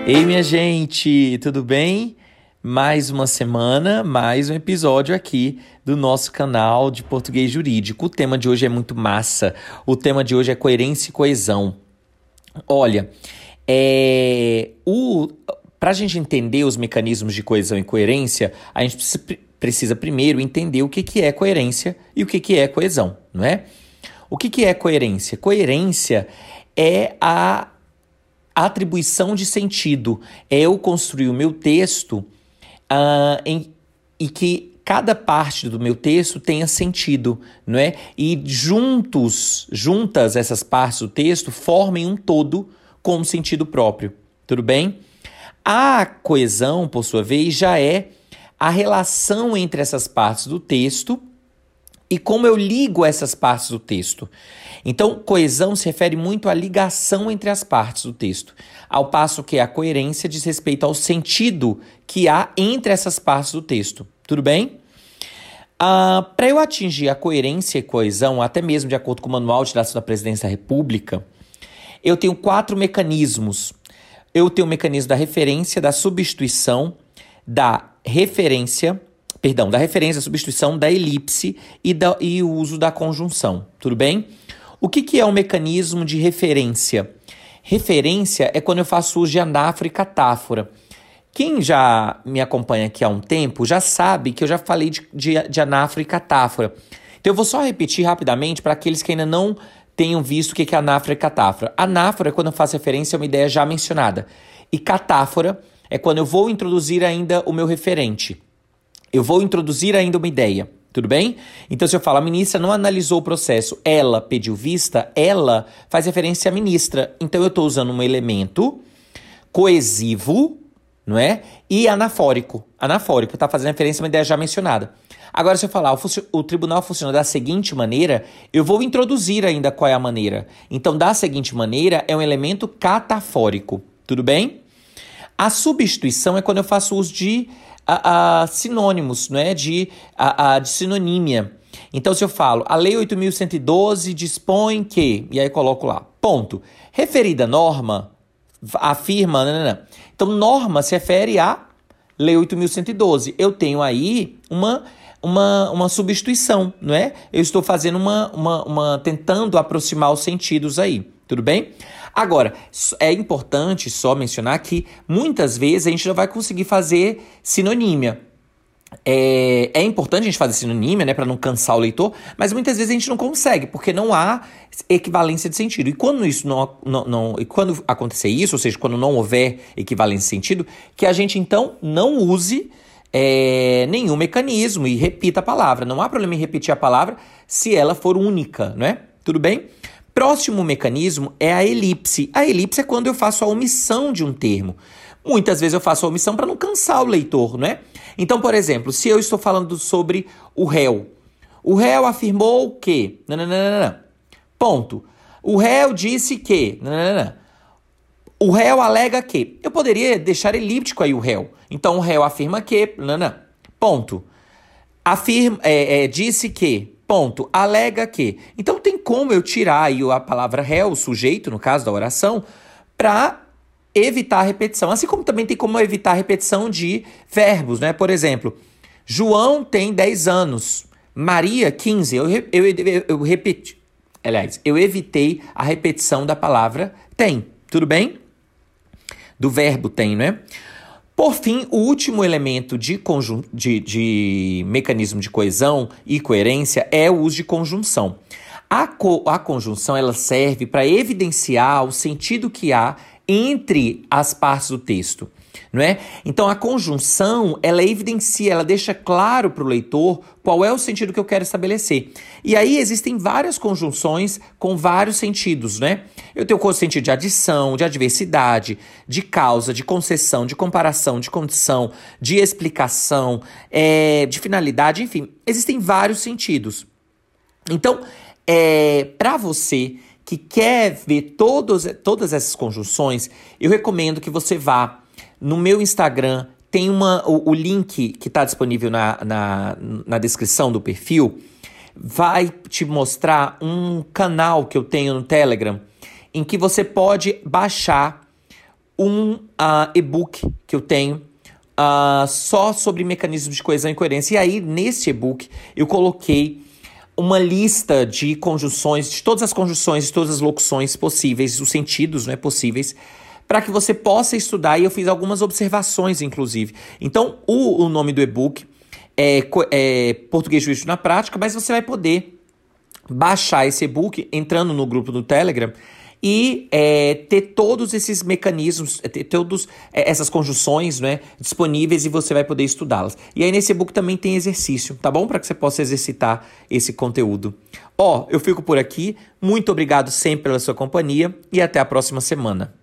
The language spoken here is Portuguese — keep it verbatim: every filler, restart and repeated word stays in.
Ei, minha gente, tudo bem? Mais uma semana, mais um episódio aqui do nosso canal de Português Jurídico. O tema de hoje é muito massa. O tema de hoje é coerência e coesão. Olha, é, o, para a gente entender os mecanismos de coesão e coerência, a gente precisa, precisa primeiro entender o que, que é coerência e o que, que é coesão, não é? O que, que é coerência? Coerência é a atribuição de sentido, é eu construir o meu texto uh, em, e que cada parte do meu texto tenha sentido, não é? E juntos, juntas essas partes do texto formem um todo com um sentido próprio, tudo bem? A coesão, por sua vez, já é a relação entre essas partes do texto e como eu ligo essas partes do texto. Então, coesão se refere muito à ligação entre as partes do texto, ao passo que a coerência diz respeito ao sentido que há entre essas partes do texto. Tudo bem? Ah, para eu atingir a coerência e coesão, até mesmo de acordo com o Manual de Dados da Presidência da República, eu tenho quatro mecanismos. Eu tenho o mecanismo da referência, da substituição, da referência... Perdão, da referência, substituição, da elipse e, da, e o uso da conjunção, tudo bem? O que, que é um mecanismo de referência? Referência é quando eu faço uso de anáfora e catáfora. Quem já me acompanha aqui há um tempo já sabe que eu já falei de, de, de anáfora e catáfora. Então eu vou só repetir rapidamente para aqueles que ainda não tenham visto o que, que é anáfora e catáfora. Anáfora é quando eu faço referência a uma ideia já mencionada. E catáfora é quando eu vou introduzir ainda o meu referente. Eu vou introduzir ainda uma ideia, tudo bem? Então, se eu falo, a ministra não analisou o processo, ela pediu vista, ela faz referência à ministra. Então, eu estou usando um elemento coesivo, não é? E anafórico. Anafórico, está fazendo referência a uma ideia já mencionada. Agora, se eu falar, o, funcio- o tribunal funciona da seguinte maneira, eu vou introduzir ainda qual é a maneira. Então, da seguinte maneira, é um elemento catafórico, tudo bem? A substituição é quando eu faço uso de... A, a sinônimos, não é? De, a, a, de sinonímia. Então, se eu falo, a Lei oito mil cento e doze dispõe que, e aí coloco lá, ponto. Referida norma, afirma, não, não, não. Então, norma se refere à Lei oito mil cento e doze. Eu tenho aí uma, uma, uma substituição, não é? Eu estou fazendo uma, uma, uma, tentando aproximar os sentidos aí, tudo bem? Agora, é importante só mencionar que muitas vezes a gente não vai conseguir fazer sinonímia. É, é importante a gente fazer sinonímia, né, para não cansar o leitor, mas muitas vezes a gente não consegue, porque não há equivalência de sentido. E quando isso não, não, não e quando acontecer isso, ou seja, quando não houver equivalência de sentido, que a gente então não use é, nenhum mecanismo e repita a palavra. Não há problema em repetir a palavra se ela for única, não é? Tudo bem? Próximo mecanismo é a elipse. A elipse é quando eu faço a omissão de um termo. Muitas vezes eu faço a omissão para não cansar o leitor, não é? Então, por exemplo, se eu estou falando sobre o réu. O réu afirmou que... Nananana, ponto. O réu disse que... Nananana, o réu alega que... Eu poderia deixar elíptico aí o réu. Então, o réu afirma que... Nananana, ponto. Afirma, é, é, disse que... Ponto. Alega que. Então, tem como eu tirar aí a palavra réu, o sujeito, no caso da oração, para evitar a repetição. Assim como também tem como evitar a repetição de verbos, né? Por exemplo, João tem dez anos, Maria, quinze. Eu, eu, eu, eu repeti. Aliás, eu evitei a repetição da palavra tem. Tudo bem? Do verbo tem, né? Por fim, o último elemento de, conjun... de, de mecanismo de coesão e coerência é o uso de conjunção. A, co... a conjunção ela serve para evidenciar o sentido que há entre as partes do texto, não é? Então, a conjunção, ela evidencia, ela deixa claro para o leitor qual é o sentido que eu quero estabelecer. E aí existem várias conjunções com vários sentidos, né? Eu tenho o sentido de adição, de adversidade, de causa, de concessão, de comparação, de condição, de explicação, é, de finalidade, enfim. Existem vários sentidos. Então, é, para você que quer ver todos, todas essas conjunções, eu recomendo que você vá no meu Instagram, tem uma, o, o link que está disponível na, na, na descrição do perfil, vai te mostrar um canal que eu tenho no Telegram, em que você pode baixar um uh, e-book que eu tenho uh, só sobre mecanismos de coesão e coerência. E aí, nesse e-book, eu coloquei uma lista de conjunções, de todas as conjunções, de todas as locuções possíveis, os sentidos, né, possíveis, para que você possa estudar. E eu fiz algumas observações, inclusive. Então, o, o nome do e-book é, é Português Jurídico na Prática, mas você vai poder baixar esse e-book entrando no grupo do Telegram e é, ter todos esses mecanismos, ter todas é, essas conjunções, né, disponíveis, e você vai poder estudá-las. E aí nesse e-book também tem exercício, tá bom? Para que você possa exercitar esse conteúdo. Ó, eu fico por aqui. Muito obrigado sempre pela sua companhia e até a próxima semana.